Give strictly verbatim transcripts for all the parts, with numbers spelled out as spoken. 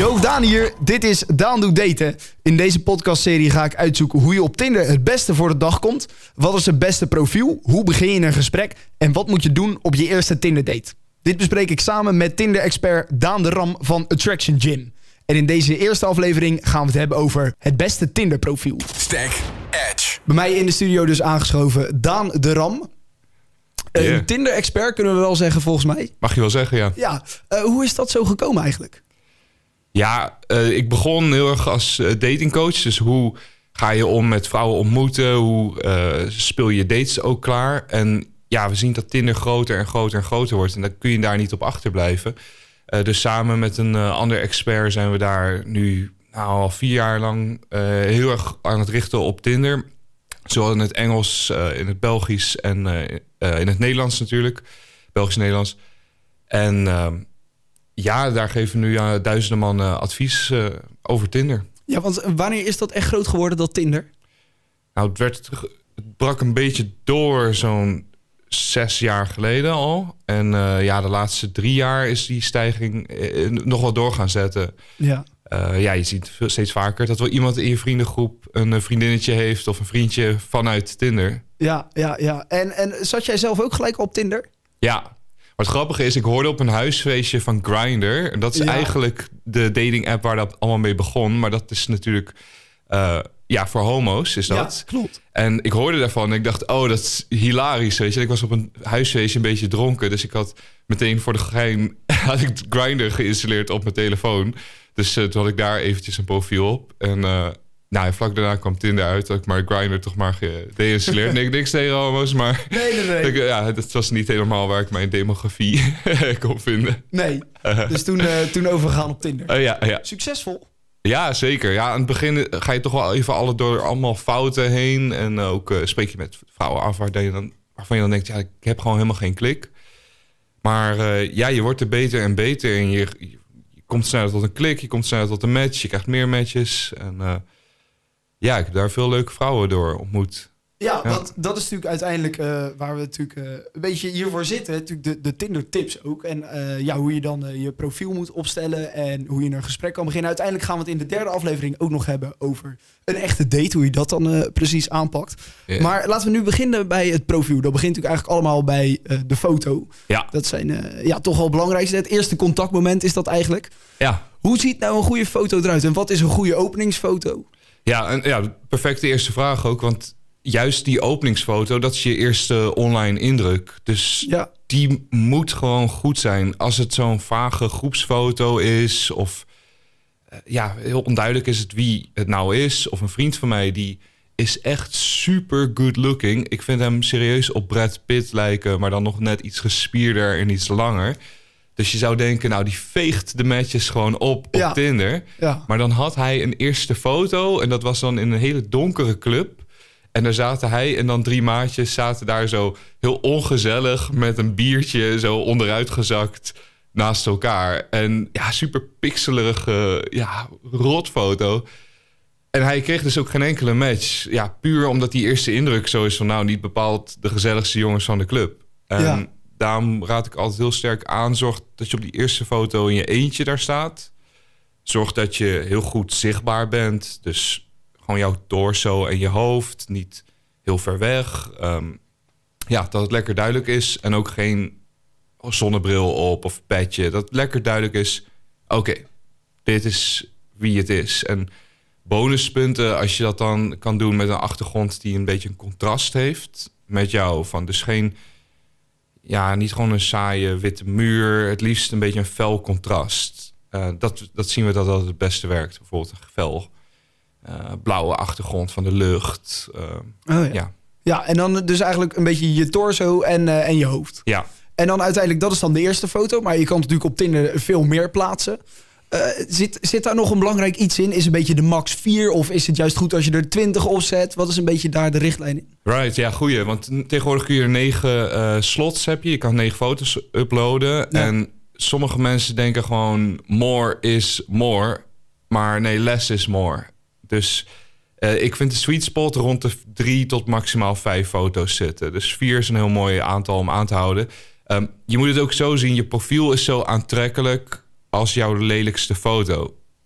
Yo, Daan hier. Dit is Daan Doet Daten. In deze podcastserie ga ik uitzoeken hoe je op Tinder het beste voor de dag komt. Wat is het beste profiel? Hoe begin je een gesprek? En wat moet je doen op je eerste Tinder date? Dit bespreek ik samen met Tinder-expert Daan de Ram van Attraction Gym. En in deze eerste aflevering gaan we het hebben over het beste Tinder profiel. Stack Edge. Bij mij in de studio dus aangeschoven Daan de Ram. Een Yeah. Tinder-expert kunnen we wel zeggen volgens mij. Mag je wel zeggen, ja. Ja, uh, hoe is dat zo gekomen eigenlijk? Ja, uh, ik begon heel erg als uh, datingcoach. Dus hoe ga je om met vrouwen ontmoeten? Hoe uh, speel je dates ook klaar? En ja, we zien dat Tinder groter en groter en groter wordt. En dan kun je daar niet op achterblijven. Uh, dus samen met een uh, ander expert zijn we daar nu nou, al vier jaar lang uh, heel erg aan het richten op Tinder. Zowel in het Engels, uh, in het Belgisch en uh, uh, in het Nederlands natuurlijk. Belgisch-Nederlands. En uh, ja, daar geven we nu uh, duizenden man uh, advies uh, over Tinder. Ja, want wanneer is dat echt groot geworden, dat Tinder? Nou, het, werd, het brak een beetje door zo'n zes jaar geleden al. En uh, ja, de laatste drie jaar is die stijging uh, nog wel door gaan zetten. Ja. Uh, ja, je ziet steeds vaker dat wel iemand in je vriendengroep een vriendinnetje heeft of een vriendje vanuit Tinder. Ja, ja, ja. En, en zat jij zelf ook gelijk op Tinder? Ja. Wat grappige is, ik hoorde op een huisfeestje van Grindr. En dat is Ja. eigenlijk de dating app waar dat allemaal mee begon. Maar dat is natuurlijk uh, ja, voor homo's is dat. Ja, klopt. En ik hoorde daarvan en ik dacht, oh, dat is hilarisch, weet je. Ik was op een huisfeestje een beetje dronken. Dus ik had meteen voor de geheim had ik Grindr geïnstalleerd op mijn telefoon. Dus uh, toen had ik daar eventjes een profiel op. En uh, nou, vlak daarna kwam Tinder uit. Dat ik maar Grindr toch maar gedeinstalleerd. Nee, niks tegen homo's, maar Nee, nee, nee. ik, ja, dat was niet helemaal waar ik mijn demografie kon vinden. Nee. Dus toen, uh, toen overgegaan op Tinder. Uh, ja, ja. Succesvol? Ja, zeker. Ja, aan het begin ga je toch wel even alle door allemaal fouten heen. En ook uh, spreek je met vrouwen af waar je dan, waarvan je dan denkt, ja, ik heb gewoon helemaal geen klik. Maar uh, ja, je wordt er beter en beter. En je, je, je komt sneller tot een klik, je komt sneller tot een match. Je krijgt meer matches. En uh, ja, ik heb daar veel leuke vrouwen door ontmoet. Ja, Ja. want dat is natuurlijk uiteindelijk uh, waar we natuurlijk uh, een beetje hiervoor zitten. Natuurlijk de, de Tinder tips ook. En uh, ja, hoe je dan uh, je profiel moet opstellen en hoe je een gesprek kan beginnen. Uiteindelijk gaan we het in de derde aflevering ook nog hebben over een echte date. Hoe je dat dan uh, precies aanpakt. Yeah. Maar laten we nu beginnen bij het profiel. Dat begint natuurlijk eigenlijk allemaal bij uh, de foto. Ja. Dat zijn uh, ja, toch wel het belangrijkste. Het eerste contactmoment is dat eigenlijk. Ja. Hoe ziet nou een goede foto eruit? En wat is een goede openingsfoto? Ja, en ja, perfecte eerste vraag ook. Want juist die openingsfoto, dat is je eerste online indruk. Dus Ja. die moet gewoon goed zijn. Als het zo'n vage groepsfoto is of uh, ja, heel onduidelijk is het wie het nou is. Of een vriend van mij, die is echt super good looking. Ik vind hem serieus op Brad Pitt lijken, maar dan nog net iets gespierder en iets langer. Dus je zou denken, nou, die veegt de matches gewoon op op Ja. Tinder. Ja. Maar dan had hij een eerste foto en dat was dan in een hele donkere club. En daar zaten hij en dan drie maatjes zaten daar zo heel ongezellig met een biertje zo onderuit gezakt naast elkaar. En ja, super pixelige, ja, rotfoto. En hij kreeg dus ook geen enkele match. Ja, puur omdat die eerste indruk zo is van, nou, niet bepaald de gezelligste jongens van de club. En Ja. daarom raad ik altijd heel sterk aan, zorg dat je op die eerste foto in je eentje daar staat. Zorg dat je heel goed zichtbaar bent. Dus gewoon jouw torso en je hoofd, niet heel ver weg. Um, ja, dat het lekker duidelijk is. En ook geen zonnebril op of petje. Dat het lekker duidelijk is, oké, okay, dit is wie het is. En bonuspunten als je dat dan kan doen met een achtergrond die een beetje een contrast heeft met jou. Van dus geen, ja, niet gewoon een saaie witte muur. Het liefst een beetje een fel contrast. Uh, dat, dat zien we dat dat het beste werkt. Bijvoorbeeld een fel uh, blauwe achtergrond van de lucht. Uh, Oh, ja. ja. Ja, en dan dus eigenlijk een beetje je torso en, uh, en je hoofd. Ja. En dan uiteindelijk, dat is dan de eerste foto. Maar je kan natuurlijk op Tinder veel meer plaatsen. Uh, zit, zit daar nog een belangrijk iets in? Is een beetje de max vier? Of is het juist goed als je er twintig op zet? Wat is een beetje daar de richtlijn in? Right, ja, goeie. Want tegenwoordig kun je er negen uh, slots heb je. Je kan negen foto's uploaden. Ja. En sommige mensen denken gewoon more is more. Maar nee, less is more. Dus uh, ik vind de sweet spot rond de drie tot maximaal vijf foto's zitten. Dus vier is een heel mooi aantal om aan te houden. Um, je moet het ook zo zien. Je profiel is zo aantrekkelijk als jouw lelijkste foto.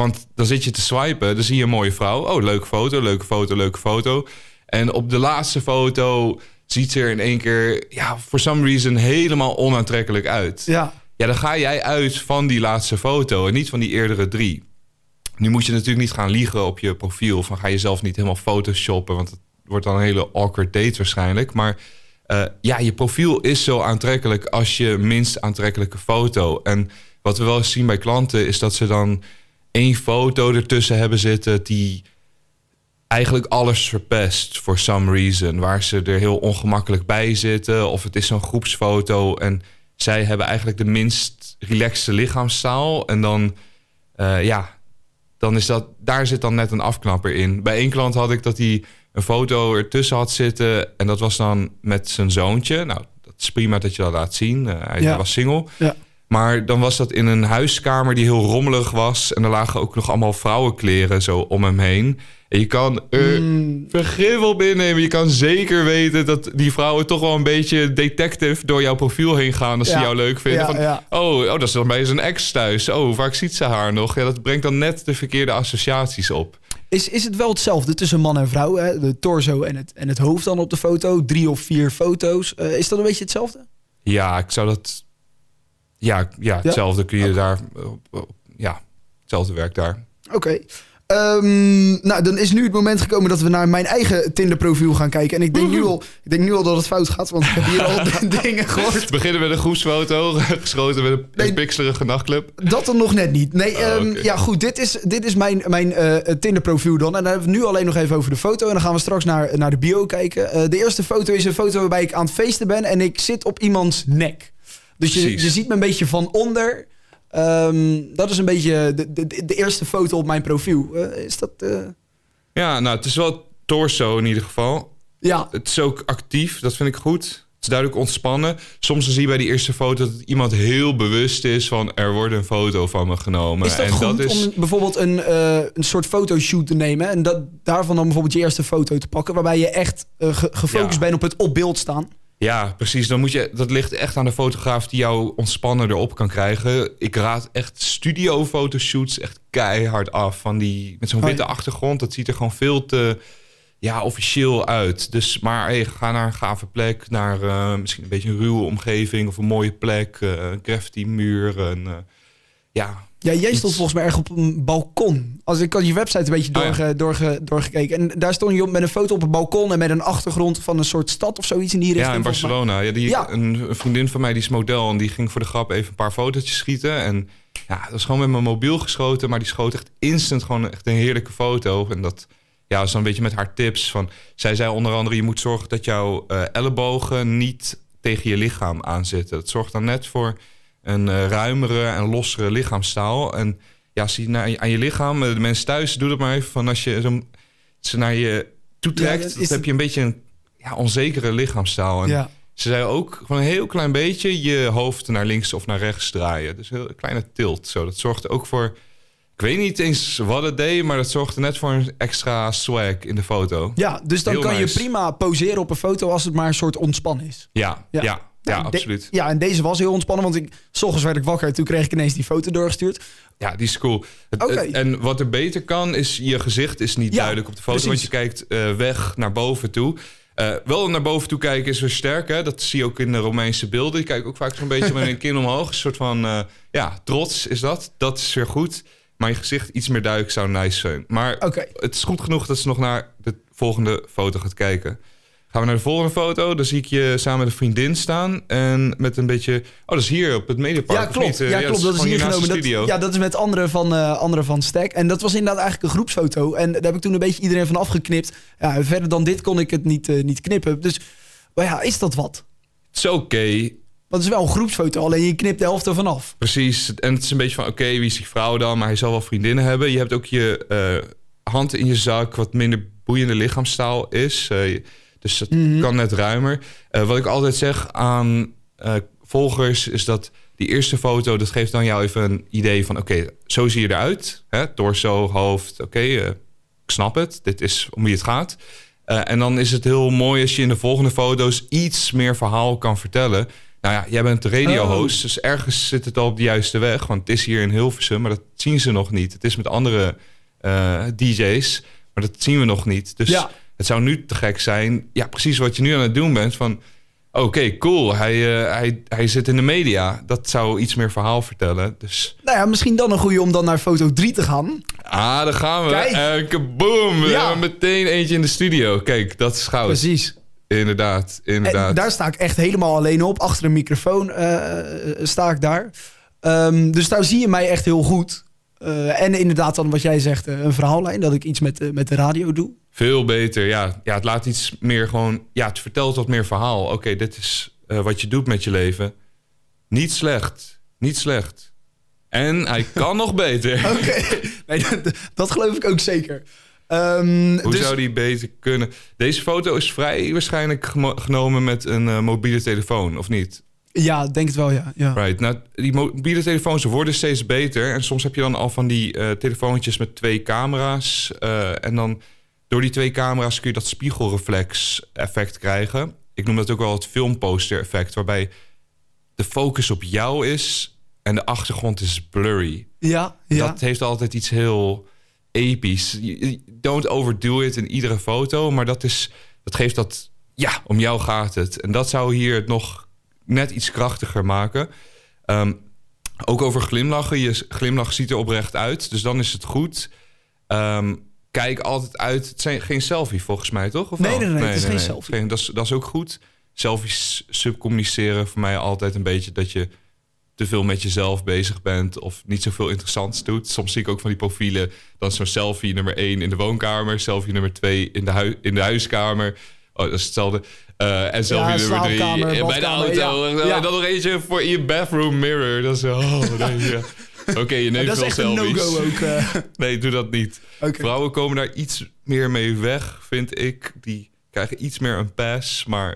Want dan zit je te swipen, dan zie je een mooie vrouw. Oh, leuke foto, leuke foto, leuke foto. En op de laatste foto ziet ze er in één keer... ja, for some reason helemaal onaantrekkelijk uit. Ja. Ja, dan ga jij uit van die laatste foto en niet van die eerdere drie. Nu moet je natuurlijk niet gaan liegen op je profiel. Van ga je zelf niet helemaal photoshoppen, want het wordt dan een hele awkward date waarschijnlijk. Maar uh, ja, je profiel is zo aantrekkelijk als je minst aantrekkelijke foto. En wat we wel eens zien bij klanten is dat ze dan één foto ertussen hebben zitten die eigenlijk alles verpest for some reason. Waar ze er heel ongemakkelijk bij zitten of het is zo'n groepsfoto en zij hebben eigenlijk de minst relaxte lichaamstaal. En dan, uh, ja, dan is dat, daar zit dan net een afknapper in. Bij één klant had ik dat hij een foto ertussen had zitten en dat was dan met zijn zoontje. Nou, dat is prima dat je dat laat zien. Uh, hij Ja. was single. Ja. Maar dan was dat in een huiskamer die heel rommelig was. En er lagen ook nog allemaal vrouwenkleren zo om hem heen. En je kan er Mm. vergif op innemen. Je kan zeker weten dat die vrouwen toch wel een beetje detective door jouw profiel heen gaan als Ja. ze jou leuk vinden. Ja, Van, ja. Oh, oh, dat is dan bij zijn ex thuis. Oh, hoe vaak ziet ze haar nog? Ja, dat brengt dan net de verkeerde associaties op. Is, is het wel hetzelfde tussen man en vrouw? Hè? De torso en het, en het hoofd dan op de foto. Drie of vier foto's. Uh, is dat een beetje hetzelfde? Ja, ik zou dat... Ja, ja hetzelfde kun je Oké. daar... Ja, hetzelfde werkt daar. Oké. Okay. Um, nou, dan is nu het moment gekomen dat we naar mijn eigen Tinder-profiel gaan kijken. En ik denk, nu al, ik denk nu al dat het fout gaat, want ik heb hier al de dingen gehoord. We beginnen met een groepsfoto, geschoten met een Nee. pixelige nachtclub. Dat dan nog net niet. Nee, Oh, um, okay. ja goed, dit is, dit is mijn, mijn uh, Tinder-profiel dan. En dan hebben we het nu alleen nog even over de foto. En dan gaan we straks naar, naar de bio kijken. Uh, de eerste foto is een foto waarbij ik aan het feesten ben en ik zit op iemands nek. Dus je, je ziet me een beetje van onder... Um, dat is een beetje de, de, de eerste foto op mijn profiel. Uh, is dat... Uh... Ja, nou, het is wel torso in ieder geval. Ja. Het is ook actief, dat vind ik goed. Het is duidelijk ontspannen. Soms zie je bij die eerste foto dat iemand heel bewust is van... er wordt een foto van me genomen. Is dat en goed dat is... om bijvoorbeeld een, uh, een soort fotoshoot te nemen... en dat, daarvan dan bijvoorbeeld je eerste foto te pakken... waarbij je echt uh, ge- gefocust Ja. bent op het op beeld staan? Ja, precies. Dan moet je, dat ligt echt aan de fotograaf die jou ontspannen erop kan krijgen. Ik raad echt studio-fotoshoots echt keihard af. Van die, met zo'n Oh, witte ja. achtergrond. Dat ziet er gewoon veel te ja, officieel uit. Dus, maar hey, ga naar een gave plek. Naar uh, misschien een beetje een ruwe omgeving. Of een mooie plek. Uh, een graffiti muur. Een, uh, ja... Ja, jij Iets- stond volgens mij erg op een balkon. Als ik had je website een beetje Oh, ja. doorge, doorge, doorgekeken. En daar stond je op met een foto op een balkon... en met een achtergrond van een soort stad of zoiets in die richting. Ja, in volgens mij. Barcelona. Ja, die, Ja. Een, een vriendin van mij die is model en die ging voor de grap even een paar fotootjes schieten. En ja, dat was gewoon met mijn mobiel geschoten, maar die schoot echt instant gewoon echt een heerlijke foto. En dat ja, was dan een beetje met haar tips. Van, zij zei onder andere, je moet zorgen dat jouw uh, ellebogen niet tegen je lichaam aanzitten. Dat zorgt dan net voor een uh, ruimere en lossere lichaamstaal. En ja, als je naar, aan je lichaam, de mensen thuis, doe dat maar even van als je zo, ze naar je toetrekt, Ja, dat dan is heb het- je een beetje een ja, onzekere lichaamstaal. En Ja. ze zei ook van een heel klein beetje je hoofd naar links of naar rechts draaien. Dus een heel kleine tilt. Zo. Dat zorgde ook voor, ik weet niet eens wat het deed, maar dat zorgde net voor een extra swag in de foto. Ja, dus dan Heel kan nice. je prima poseren op een foto... als het maar een soort ontspannen is. Ja, Ja. ja, ja, Nou, de- absoluut. Ja, en deze was heel ontspannen, want ik, 's ochtends werd ik wakker... en toen kreeg ik ineens die foto doorgestuurd. Ja, die is cool. Het, Oké. het- en wat er beter kan, is je gezicht is niet Ja, duidelijk op de foto. precies. Want je kijkt uh, weg naar boven toe. Uh, wel naar boven toe kijken is weer sterk. Hè? Dat zie je ook in de Romeinse beelden. Je kijkt ook vaak zo'n beetje met een kin omhoog. Een soort van, uh, ja, trots is dat. Dat is weer goed. Maar je gezicht iets meer duidelijk zou nice zijn. Maar Oké. het is goed genoeg dat ze nog naar de volgende foto gaat kijken. Gaan we naar de volgende foto. Dan zie ik je samen met een vriendin staan. En met een beetje... Oh, dat is hier op het Mediapark. Ja, of klopt. niet? Uh, Ja, klopt. Dat is gewoon hier naast de genomen. studio. Dat, ja, dat is met anderen van, uh, anderen van Stack. En dat was inderdaad eigenlijk een groepsfoto. En daar heb ik toen een beetje iedereen van afgeknipt. Ja, verder dan dit kon ik het niet, uh, niet knippen. Dus, maar ja, is dat wat? Het is oké. Want het is wel een groepsfoto, alleen je knipt de helft ervan af. Precies. En het is een beetje van, oké, okay, wie is die vrouw dan? Maar hij zal wel vriendinnen hebben. Je hebt ook je uh, hand in je zak, wat minder boeiende lichaamstaal is. Uh, dus het mm-hmm. kan net ruimer. Uh, wat ik altijd zeg aan uh, volgers is dat die eerste foto... dat geeft dan jou even een idee van... oké, okay, zo zie je eruit. Hè? Torso, hoofd, oké, okay, uh, ik snap het. Dit is om wie het gaat. Uh, en dan is het heel mooi als je in de volgende foto's... iets meer verhaal kan vertellen... Nou ja, jij bent de radio-host, oh. dus ergens zit het al op de juiste weg. Want het is hier in Hilversum, maar dat zien ze nog niet. Het is met andere uh, D J's, maar dat zien we nog niet. Dus ja. Het zou nu te gek zijn. Ja, precies wat je nu aan het doen bent. Van, oké, okay, cool. Hij, uh, hij, hij zit in de media. Dat zou iets meer verhaal vertellen. Dus... Nou ja, misschien dan een goeie om dan naar foto drie te gaan. Ah, daar gaan we. Kijk. Uh, kaboom. We ja. hebben meteen eentje in de studio. Kijk, dat is goud. Precies. Inderdaad, inderdaad. En daar sta ik echt helemaal alleen op. Achter een microfoon uh, sta ik daar. Um, dus daar zie je mij echt heel goed. Uh, en inderdaad dan wat jij zegt, uh, een verhaallijn. Dat ik iets met, uh, met de radio doe. Veel beter, ja. Ja, het laat iets meer gewoon... Ja, het vertelt wat meer verhaal. Oké, okay, dit is uh, wat je doet met je leven. Niet slecht. Niet slecht. En hij kan nog beter. Oké, okay. Nee, dat, dat geloof ik ook zeker. Um, Hoe dus... zou die beter kunnen? Deze foto is vrij waarschijnlijk gemo- genomen met een uh, mobiele telefoon, of niet? Ja, denk het wel, ja. ja. Right. Nou, die mobiele telefoons worden steeds beter. En soms heb je dan al van die uh, telefoontjes met twee camera's. Uh, en dan door die twee camera's kun je dat spiegelreflex-effect krijgen. Ik noem dat ook wel het filmposter-effect, waarbij de focus op jou is en de achtergrond is blurry. Ja, ja. Dat heeft altijd iets heel episch. Don't overdo it in iedere foto, maar dat, is, dat geeft dat... Ja, om jou gaat het. En dat zou hier het nog net iets krachtiger maken. Um, ook over glimlachen. Je glimlach ziet er oprecht uit, dus dan is het goed. Um, kijk altijd uit. Het zijn geen selfie volgens mij, toch? Of nee, nee, nee, nee, nee, het is nee, geen nee. selfie. Geen, dat, is, dat is ook goed. Selfies subcommuniceren voor mij altijd een beetje dat je te veel met jezelf bezig bent of niet zoveel interessants doet. Soms zie ik ook van die profielen, dan zo'n selfie nummer één in de woonkamer, selfie nummer twee in de, hui- in de huiskamer. Oh, dat is hetzelfde. Uh, en selfie ja, nummer drie in bij de auto. Ja. Ja. En dan nog eentje voor je bathroom mirror. Dat is oh, nee, ja. Oké, okay, je neemt ja, veel selfies. Dat is echt een no-go ook. Uh. Nee, doe dat niet. Okay. Vrouwen komen daar iets meer mee weg, vind ik. Die krijgen iets meer een pass, maar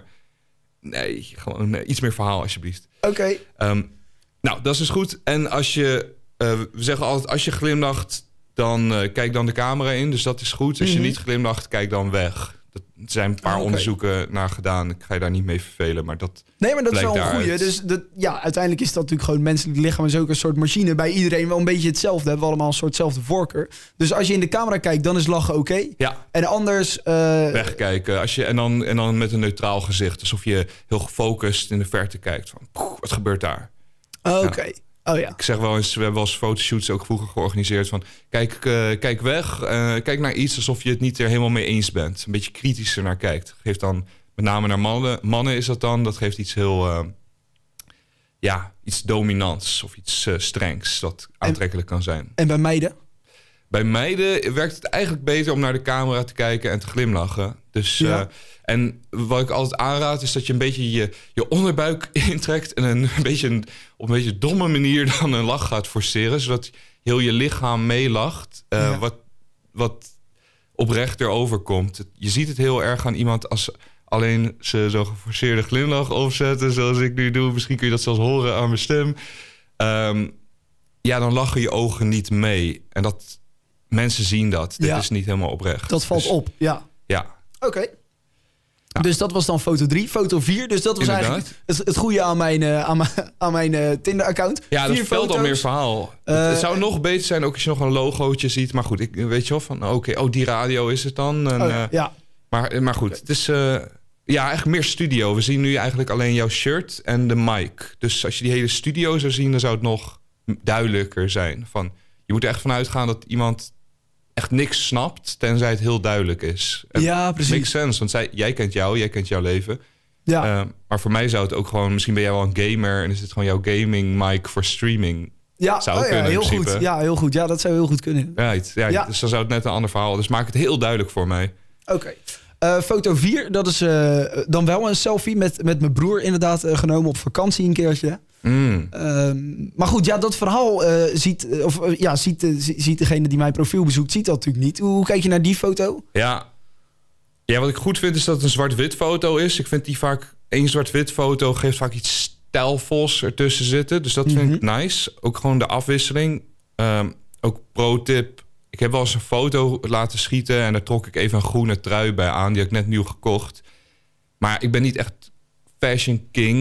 nee, gewoon nee, iets meer verhaal alsjeblieft. Oké. Okay. Um, nou, dat is dus goed. En als je, uh, we zeggen altijd, als je glimlacht, dan uh, kijk dan de camera in. Dus dat is goed. Als mm-hmm. je niet glimlacht, kijk dan weg. Er zijn een paar oh, okay. onderzoeken naar gedaan. Ik ga je daar niet mee vervelen, maar dat Nee, maar dat is wel een daaruit. goeie. Dus dat, ja, uiteindelijk is dat natuurlijk gewoon... menselijk lichaam is ook een soort machine. Bij iedereen wel een beetje hetzelfde. Hebben we allemaal een soortzelfde voorkeur. Dus als je in de camera kijkt, dan is lachen oké. Okay. Ja. En anders... Uh... Wegkijken. Als je, en, dan, en dan met een neutraal gezicht. Alsof je heel gefocust in de verte kijkt. Van, poeh, wat gebeurt daar? Oké. Okay. Ja. Oh ja. Ik zeg wel eens, we hebben wel eens fotoshoots ook vroeger georganiseerd van kijk, uh, kijk weg, uh, kijk naar iets alsof je het niet er helemaal mee eens bent. Een beetje kritischer naar kijkt. Geeft dan, met name naar mannen, mannen is dat dan, dat geeft iets heel, uh, ja, iets dominants of iets uh, strengs dat aantrekkelijk en, kan zijn. En bij meiden? Bij meiden werkt het eigenlijk beter om naar de camera te kijken en te glimlachen. Dus, ja. uh, en wat ik altijd aanraad is dat je een beetje je, je onderbuik intrekt en een, een beetje een, op een beetje domme manier dan een lach gaat forceren, zodat heel je lichaam meelacht, uh, ja. wat, wat oprechter overkomt. Je ziet het heel erg aan iemand als alleen ze zo'n geforceerde glimlach opzetten, zoals ik nu doe. Misschien kun je dat zelfs horen aan mijn stem. Um, ja, dan lachen je ogen niet mee. En dat mensen zien dat. Dit ja. is niet helemaal oprecht. Dat valt dus, op, ja. Ja. Oké. Okay. Ja. Dus dat was dan foto drie. Foto vier, dus dat was Inderdaad. eigenlijk het, het goede aan mijn, uh, aan mijn, aan mijn uh, Tinder-account. Ja, dat vertelt al meer verhaal. Uh, het zou nog beter zijn ook als je nog een logootje ziet. Maar goed, ik weet je wel van, oké, okay, oh, die radio is het dan. En, oh, ja. Uh, ja. Maar, maar goed, okay. het is uh, ja, echt meer studio. We zien nu eigenlijk alleen jouw shirt en de mic. Dus als je die hele studio zou zien, dan zou het nog duidelijker zijn. Van, je moet er echt vanuit gaan dat iemand echt niks snapt, tenzij het heel duidelijk is. En ja, precies. Makes sense, want zij, jij kent jou, jij kent jouw leven. Ja. Uh, maar voor mij zou het ook gewoon, misschien ben jij wel een gamer en is het gewoon jouw gaming mic voor streaming. Ja, zou oh ja, kunnen, heel goed. Ja, heel goed. Ja, dat zou heel goed kunnen. Right, ja, ja. Dus dan zou het net een ander verhaal. Dus maak het heel duidelijk voor mij. Oké. Okay. Uh, foto vier, dat is uh, dan wel een selfie met, met mijn broer inderdaad uh, genomen op vakantie een keertje. Mm. Uh, maar goed, ja, dat verhaal uh, ziet, uh, of, uh, ja, ziet, uh, ziet degene die mijn profiel bezoekt, ziet dat natuurlijk niet. Hoe, hoe kijk je naar die foto? Ja. ja, wat ik goed vind is dat het een zwart-wit foto is. Ik vind die vaak, één zwart-wit foto geeft vaak iets stijlvols ertussen zitten. Dus dat mm-hmm. vind ik nice. Ook gewoon de afwisseling. Um, ook pro-tip. Ik heb wel eens een foto laten schieten en daar trok ik even een groene trui bij aan. Die heb ik net nieuw gekocht. Maar ik ben niet echt fashion king.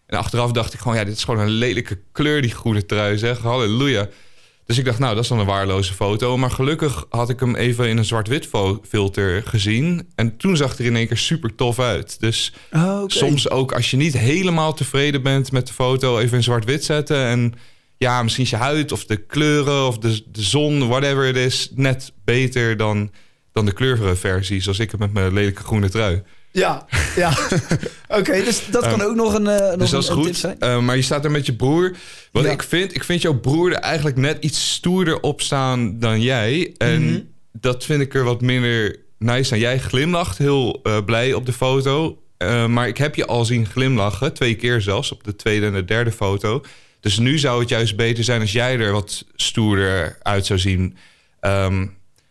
En achteraf dacht ik gewoon, ja, dit is gewoon een lelijke kleur, die groene trui, zeg. Halleluja. Dus ik dacht, nou, dat is dan een waardeloze foto. Maar gelukkig had ik hem even in een zwart-wit filter gezien. En toen zag het er in één keer super tof uit. Dus oh, okay. soms ook als je niet helemaal tevreden bent met de foto, even in zwart-wit zetten. En ja, misschien is je huid of de kleuren of de, de zon, whatever het is, net beter dan, dan de kleurversie. Zoals ik heb met mijn lelijke groene trui. Ja, ja. Oké, okay, dus dat kan um, ook nog een, uh, nog dus dat is een, goed. Tip zijn. Uh, maar je staat er met je broer. Wat ja. ik vind, ik vind jouw broer er eigenlijk net iets stoerder op staan dan jij. En mm-hmm. dat vind ik er wat minder nice aan. Jij glimlacht heel uh, blij op de foto. Uh, maar ik heb je al zien glimlachen. Twee keer zelfs, op de tweede en de derde foto. Dus nu zou het juist beter zijn als jij er wat stoerder uit zou zien. Um,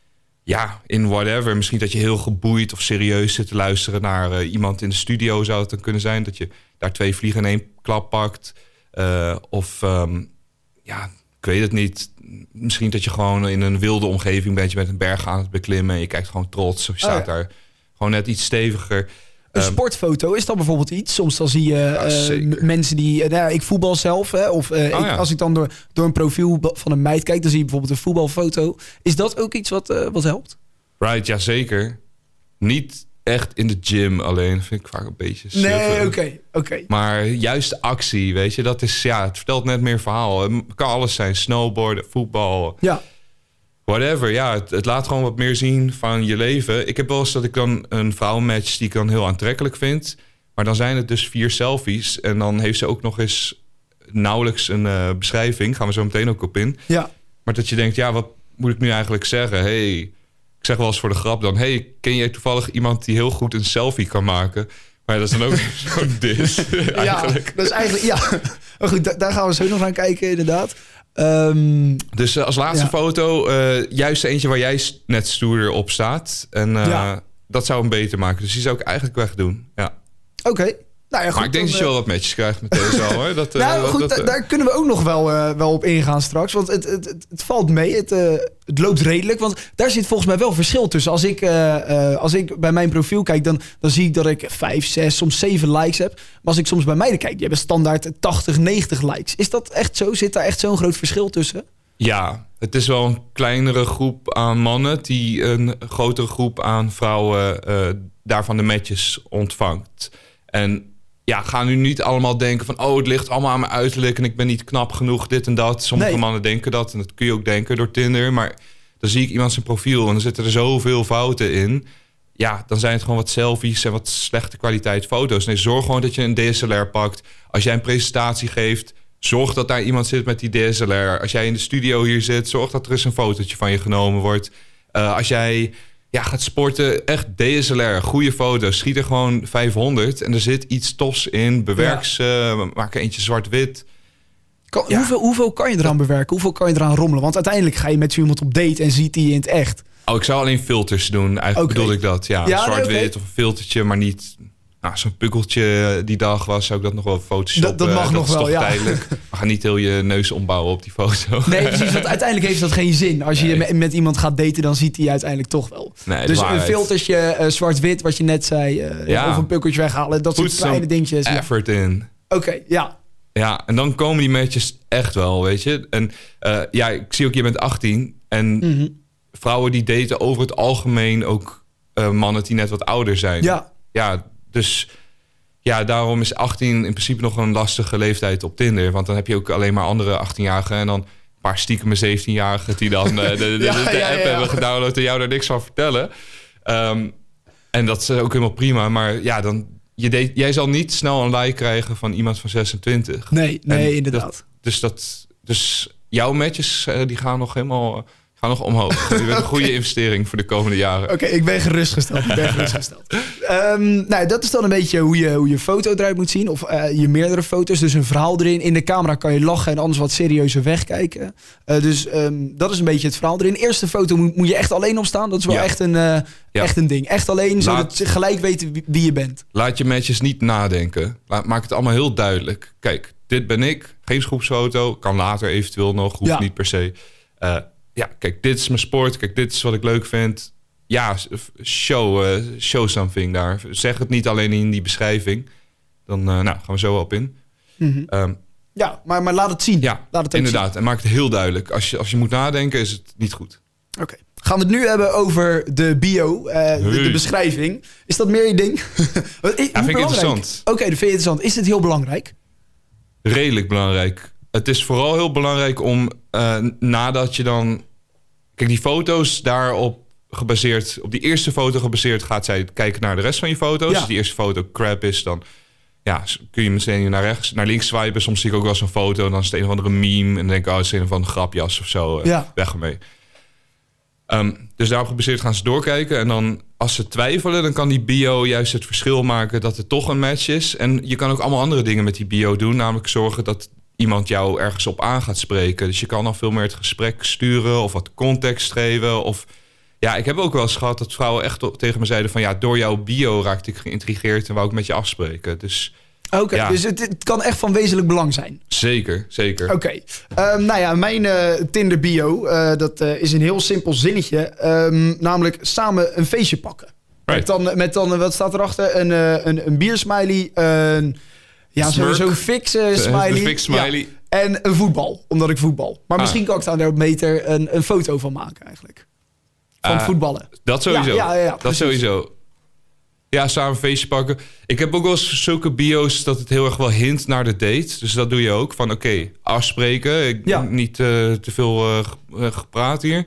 Ja, in whatever. Misschien dat je heel geboeid of serieus zit te luisteren naar uh, iemand in de studio, zou het dan kunnen zijn. Dat je daar twee vliegen in één klap pakt. Uh, of, um, ja, ik weet het niet. Misschien dat je gewoon in een wilde omgeving bent. Je bent een berg aan het beklimmen en je kijkt gewoon trots. Of je staat oh, ja. daar gewoon net iets steviger. Een um, sportfoto, is dat bijvoorbeeld iets? Soms dan zie je ja, uh, mensen die... Uh, nou, ik voetbal zelf, hè, of uh, oh, ik, ja. als ik dan door, door een profiel van een meid kijk, dan zie je bijvoorbeeld een voetbalfoto. Is dat ook iets wat, uh, wat helpt? Right, ja zeker. Niet echt in de gym alleen, vind ik vaak een beetje suffer. Nee, oké, okay, oké. Okay. Maar juist de actie, weet je, dat is, ja, het vertelt net meer verhaal. Het kan alles zijn, snowboarden, voetbal... Ja. Whatever, ja, het, het laat gewoon wat meer zien van je leven. Ik heb wel eens dat ik dan een vrouwenmatch die ik dan heel aantrekkelijk vind. Maar dan zijn het dus vier selfies. En dan heeft ze ook nog eens nauwelijks een uh, beschrijving. Gaan we zo meteen ook op in. Ja. Maar dat je denkt, ja, wat moet ik nu eigenlijk zeggen? Hey, ik zeg wel eens voor de grap dan... hey, ken jij toevallig iemand die heel goed een selfie kan maken? Maar dat is dan ook zo'n dis. Ja, dat is eigenlijk... Ja, maar goed, da- daar gaan we zo nog aan kijken inderdaad. Um, dus uh, als laatste ja. foto, uh, juist eentje waar jij net stoerder op staat. En uh, ja. dat zou hem beter maken. Dus die zou ik eigenlijk wegdoen. Ja. Oké. Okay. Nou ja, goed, maar ik denk dan, dat je wel wat matches krijgt met deze al. Hoor. Dat, nou uh, goed, dat, da- daar kunnen we ook nog wel, uh, wel op ingaan straks. Want het, het, het, het valt mee. Het, uh, het loopt redelijk. Want daar zit volgens mij wel verschil tussen. Als ik, uh, uh, als ik bij mijn profiel kijk, dan, dan zie ik dat ik vijf, zes, soms zeven likes heb. Maar als ik soms bij meiden kijk, die hebben standaard tachtig, negentig likes. Is dat echt zo? Zit daar echt zo'n groot verschil tussen? Ja, het is wel een kleinere groep aan mannen die een grotere groep aan vrouwen uh, daarvan de matches ontvangt. En ja, ga nu niet allemaal denken van... oh, het ligt allemaal aan mijn uiterlijk en ik ben niet knap genoeg, dit en dat. Sommige nee. mannen denken dat en dat kun je ook denken door Tinder. Maar dan zie ik iemand zijn profiel en dan zitten er zoveel fouten in. Ja, dan zijn het gewoon wat selfies en wat slechte kwaliteit foto's. Nee, zorg gewoon dat je een D S L R pakt. Als jij een presentatie geeft, zorg dat daar iemand zit met die D S L R. Als jij in de studio hier zit, zorg dat er eens een fotootje van je genomen wordt. Uh, als jij... Ja, gaat sporten, echt D S L R, goede foto's. Schiet er gewoon vijfhonderd en er zit iets tofs in. Bewerk ze, ja. maak er eentje zwart-wit. Kan, ja. hoeveel, hoeveel kan je eraan bewerken? Hoeveel kan je eraan rommelen? Want uiteindelijk ga je met zo iemand op date en ziet die in het echt. Oh, ik zou alleen filters doen. Eigenlijk okay. bedoel ik dat. Ja, ja zwart-wit nee, okay. of een filtertje, maar niet... Nou, zo'n pukkeltje die dag was, zou ik dat nog wel photoshoppen. Dat, dat mag dat nog is wel, toch ja. tijdelijk. We gaan niet heel je neus ombouwen op die foto. Nee, precies, want uiteindelijk heeft dat geen zin. Als je nee. met, met iemand gaat daten, dan ziet hij uiteindelijk toch wel. Nee, dus een filtertje, uh, zwart-wit, wat je net zei, uh, ja. of een pukkeltje weghalen, dat soort kleine dingetjes. Effort ja. in. Oké, okay, ja. Ja, en dan komen die matches echt wel, weet je. En uh, ja, ik zie ook, je bent achttien. En mm-hmm. vrouwen die daten over het algemeen ook uh, mannen die net wat ouder zijn. Ja. Ja, dus... Ja, daarom is achttien in principe nog een lastige leeftijd op Tinder. Want dan heb je ook alleen maar andere achttienjarigen... en dan een paar stiekeme zeventienjarigen... die dan uh, de, de, ja, de, de ja, app ja. hebben gedownload en jou er niks van vertellen. Um, en dat is ook helemaal prima. Maar ja, dan, je deed, jij zal niet snel een like krijgen van iemand van zesentwintig. Nee, nee, en inderdaad. Dat, dus, dat, dus jouw matches uh, die gaan nog helemaal... Ga nog omhoog. Je bent een goede okay. investering voor de komende jaren. Oké, okay, ik ben gerustgesteld. Ik ben gerustgesteld. um, nou, dat is dan een beetje hoe je, hoe je foto eruit moet zien. Of uh, je meerdere foto's. Dus een verhaal erin. In de camera kan je lachen en anders wat serieuzer wegkijken. Uh, dus um, dat is een beetje het verhaal erin. De eerste foto moet, moet je echt alleen op staan. Dat is wel ja. echt, een, uh, ja. echt een ding. Echt alleen, zodat Laat, je gelijk weet wie, wie je bent. Laat je matches niet nadenken. Laat, maak het allemaal heel duidelijk. Kijk, dit ben ik. Geen groepsfoto. Kan later eventueel nog. Hoeft ja. niet per se. Uh, Ja, kijk, dit is mijn sport. Kijk, dit is wat ik leuk vind. Ja, show, uh, show something daar. Zeg het niet alleen in die beschrijving. Dan uh, nou, gaan we zo op in. Mm-hmm. Um, ja, maar, maar laat het zien. Ja, laat het inderdaad. zien. En maak het heel duidelijk. Als je, als je moet nadenken, is het niet goed. Oké. Okay. Gaan we het nu hebben over de bio, uh, hey. de, de beschrijving. Is dat meer je ding? Ja, vind ik interessant. Oké, okay, dat vind je interessant. Is het heel belangrijk? Redelijk belangrijk. Het is vooral heel belangrijk om uh, nadat je dan... Kijk, die foto's daarop gebaseerd... Op die eerste foto gebaseerd gaat zij kijken naar de rest van je foto's. Ja. Als die eerste foto crap is, dan... Ja, kun je meteen naar rechts, naar links swipen. Soms zie ik ook wel zo'n foto en dan is het een of andere meme. En dan denk ik, oh, het is een of andere grapjas of zo. Uh, ja. Weg ermee. Um, dus daarop gebaseerd gaan ze doorkijken. En dan, als ze twijfelen, dan kan die bio juist het verschil maken dat het toch een match is. En je kan ook allemaal andere dingen met die bio doen. Namelijk zorgen dat iemand jou ergens op aan gaat spreken. Dus je kan dan veel meer het gesprek sturen of wat context geven. Of ja, ik heb ook wel eens gehad dat vrouwen echt tegen me zeiden van... ja, door jouw bio raakte ik geïntrigeerd en wou ik met je afspreken. Dus... Oké, okay, ja. dus het, het kan echt van wezenlijk belang zijn. Zeker, zeker. Oké. Okay. Um, nou ja, mijn uh, Tinder bio, uh, dat uh, is een heel simpel zinnetje. Um, namelijk samen een feestje pakken. Right. Met dan, met dan, wat staat erachter? Een, uh, een, een biersmiley, een... Ja, zo'n fixe smiley. Een fix smiley. Ja. En een voetbal, omdat ik voetbal. Maar ah. misschien kan ik daar op meter een, een foto van maken eigenlijk. Van uh, voetballen. Dat sowieso. Ja, ja, ja, dat sowieso. Ja, samen een feestje pakken. Ik heb ook wel eens zulke bio's dat het heel erg wel hint naar de date. Dus dat doe je ook. Van oké, okay, afspreken. Ik, ja. Niet uh, te veel uh, gepraat hier.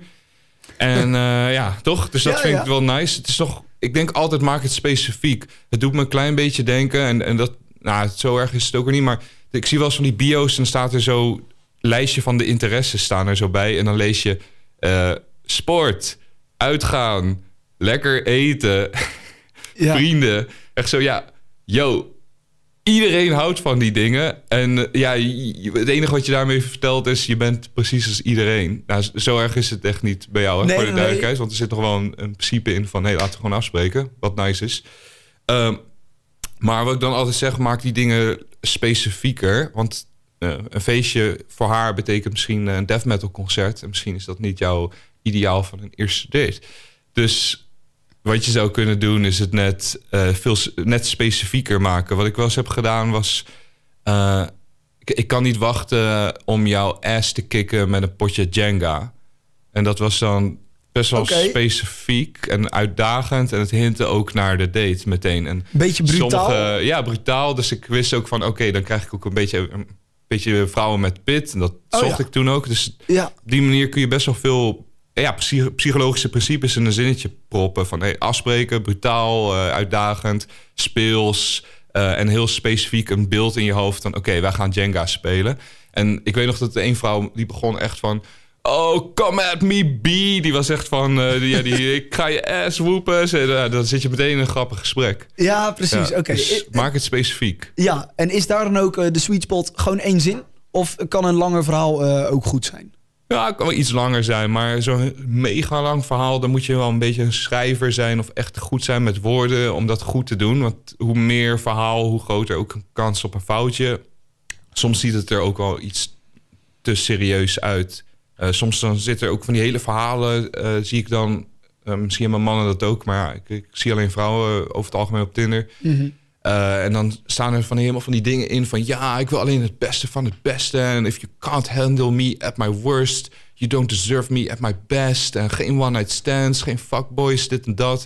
En uh, ja, toch? Dus dat ja, vind ja. ik wel nice. Het is toch... Ik denk altijd, maak het specifiek. Het doet me een klein beetje denken. En, en dat... Nou, zo erg is het ook weer niet. Maar ik zie wel eens van die bio's. En dan staat er zo... lijstje van de interesses staan er zo bij. En dan lees je... Uh, sport. Uitgaan. Lekker eten. Ja. Vrienden. Echt zo, ja, yo, iedereen houdt van die dingen. En ja, het enige wat je daarmee vertelt is... je bent precies als iedereen. Nou, zo erg is het echt niet bij jou, hè, nee, voor de duidelijkheid. Nee. Want er zit nog wel een, een principe in van... hé, hey, laten we gewoon afspreken, wat nice is. Um, maar wat ik dan altijd zeg, maak die dingen specifieker. Want uh, een feestje voor haar betekent misschien een death metal concert. En misschien is dat niet jouw ideaal van een eerste date. Dus... Wat je zou kunnen doen is het net, uh, veel, net specifieker maken. Wat ik wel eens heb gedaan was... Uh, ik, ik kan niet wachten om jouw ass te kicken met een potje Jenga. En dat was dan best wel okay. specifiek en uitdagend. En het hintte ook naar de date meteen. En beetje brutaal? Sommige, ja, brutaal. Dus ik wist ook van... Oké, okay, dan krijg ik ook een beetje, een beetje vrouwen met pit. En dat oh, zocht ja. ik toen ook. Dus ja. op die manier kun je best wel veel... Ja, psychologische principes in een zinnetje proppen. Van hey, afspreken, brutaal, uh, uitdagend, speels... Uh, en heel specifiek een beeld in je hoofd van... oké, okay, wij gaan Jenga spelen. En ik weet nog dat één vrouw, die begon echt van... oh, come at me, B. Die was echt van, uh, die, ja, die, ik ga je ass woepen. Uh, dan zit je meteen in een grappig gesprek. Ja, precies. Ja, Oké. Okay. Dus maak het specifiek. Ja, en is daar dan ook uh, de sweet spot gewoon één zin? Of kan een langer verhaal uh, ook goed zijn? Ja, het kan wel iets langer zijn, maar zo'n mega lang verhaal... dan moet je wel een beetje een schrijver zijn of echt goed zijn met woorden... om dat goed te doen, want hoe meer verhaal, hoe groter ook een kans op een foutje. Soms ziet het er ook wel iets te serieus uit. Uh, soms dan zit er ook van die hele verhalen, uh, zie ik dan... Uh, misschien hebben mannen dat ook, maar ja, ik, ik zie alleen vrouwen over het algemeen op Tinder... Mm-hmm. Uh, en dan staan er van helemaal van die dingen in van... ja, ik wil alleen het beste van het beste. En if you can't handle me at my worst... you don't deserve me at my best. En geen one-night stands, geen fuckboys, dit en dat.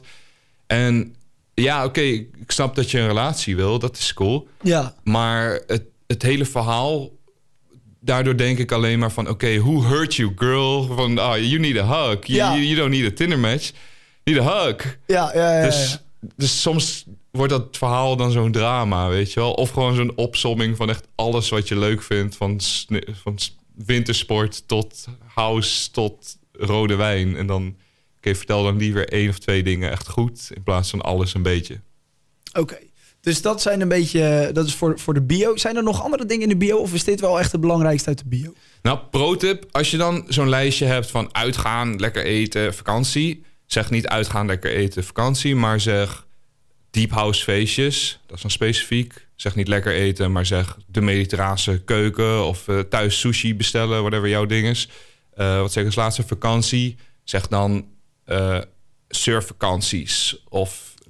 En ja, oké, okay, ik snap dat je een relatie wil. Dat is cool. Ja. Maar het, het hele verhaal... daardoor denk ik alleen maar van... oké, okay, who hurt you, girl? Van, oh, you need a hug. You, ja. you, you don't need a Tinder match. You need a hug. Ja, ja, ja. ja. Dus, dus soms... wordt dat verhaal dan zo'n drama, weet je wel? Of gewoon zo'n opsomming van echt alles wat je leuk vindt. Van, van wintersport tot house tot rode wijn. En dan, oké, okay, vertel dan liever één of twee dingen echt goed... in plaats van alles een beetje. Oké, okay. Dus dat zijn een beetje... dat is voor, voor de bio. Zijn er nog andere dingen in de bio? Of is dit wel echt het belangrijkste uit de bio? Nou, pro-tip. Als je dan zo'n lijstje hebt van uitgaan, lekker eten, vakantie... zeg niet uitgaan, lekker eten, vakantie... maar zeg... deep house feestjes, dat is dan specifiek. Zeg niet lekker eten, maar zeg de mediterrane keuken... of uh, thuis sushi bestellen, whatever jouw ding is. Uh, wat zeg als laatste vakantie? Zeg dan uh, surfvakanties of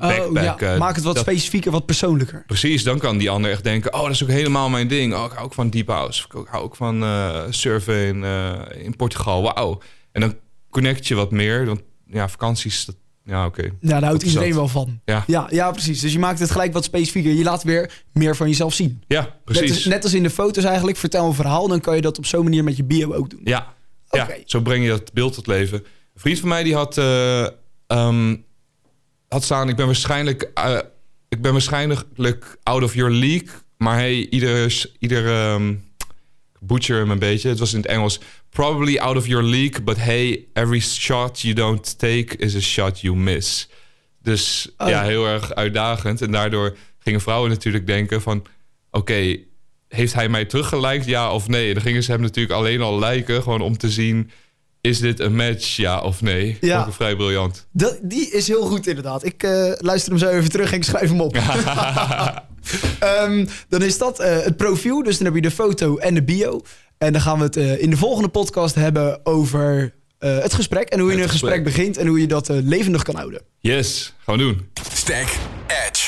backpacken. Ja. Maak het wat dat, specifieker, wat persoonlijker. Precies, dan kan die ander echt denken... oh, dat is ook helemaal mijn ding. Oh, ik hou ook van deep house. Ik hou ook van uh, surfen in, uh, in Portugal. Wauw. En dan connect je wat meer. Want ja, vakanties... Dat, ja, oké. Okay. Ja, daar houdt iedereen wel van. Ja. Ja, ja, precies. Dus je maakt het gelijk wat specifieker. Je laat weer meer van jezelf zien. Ja, precies. Net als, net als in de foto's eigenlijk. Vertel een verhaal, dan kan je dat op zo'n manier met je bio ook doen. Ja, okay. ja, zo breng je dat beeld tot leven. Een vriend van mij die had, uh, um, had staan... ik ben waarschijnlijk... Uh, ik ben waarschijnlijk out of your league. Maar hey, ieder... ieder um, butcher hem een beetje. Het was in het Engels. Probably out of your league, but hey, every shot you don't take is a shot you miss. Dus oh. ja, heel erg uitdagend. En daardoor gingen vrouwen natuurlijk denken van... oké, okay, heeft hij mij teruggeliked, ja of nee? En dan gingen ze hem natuurlijk alleen al liken, gewoon om te zien... is dit een match, ja of nee? Ja. Ook vrij briljant. Dat, die is heel goed inderdaad. Ik uh, luister hem zo even terug en ik schrijf hem op. um, dan is dat uh, het profiel. Dus dan heb je de foto en de bio. En dan gaan we het uh, in de volgende podcast hebben over uh, het gesprek. En hoe je het een gesprek. gesprek begint en hoe je dat uh, levendig kan houden. Yes, gaan we doen. Stack Edge.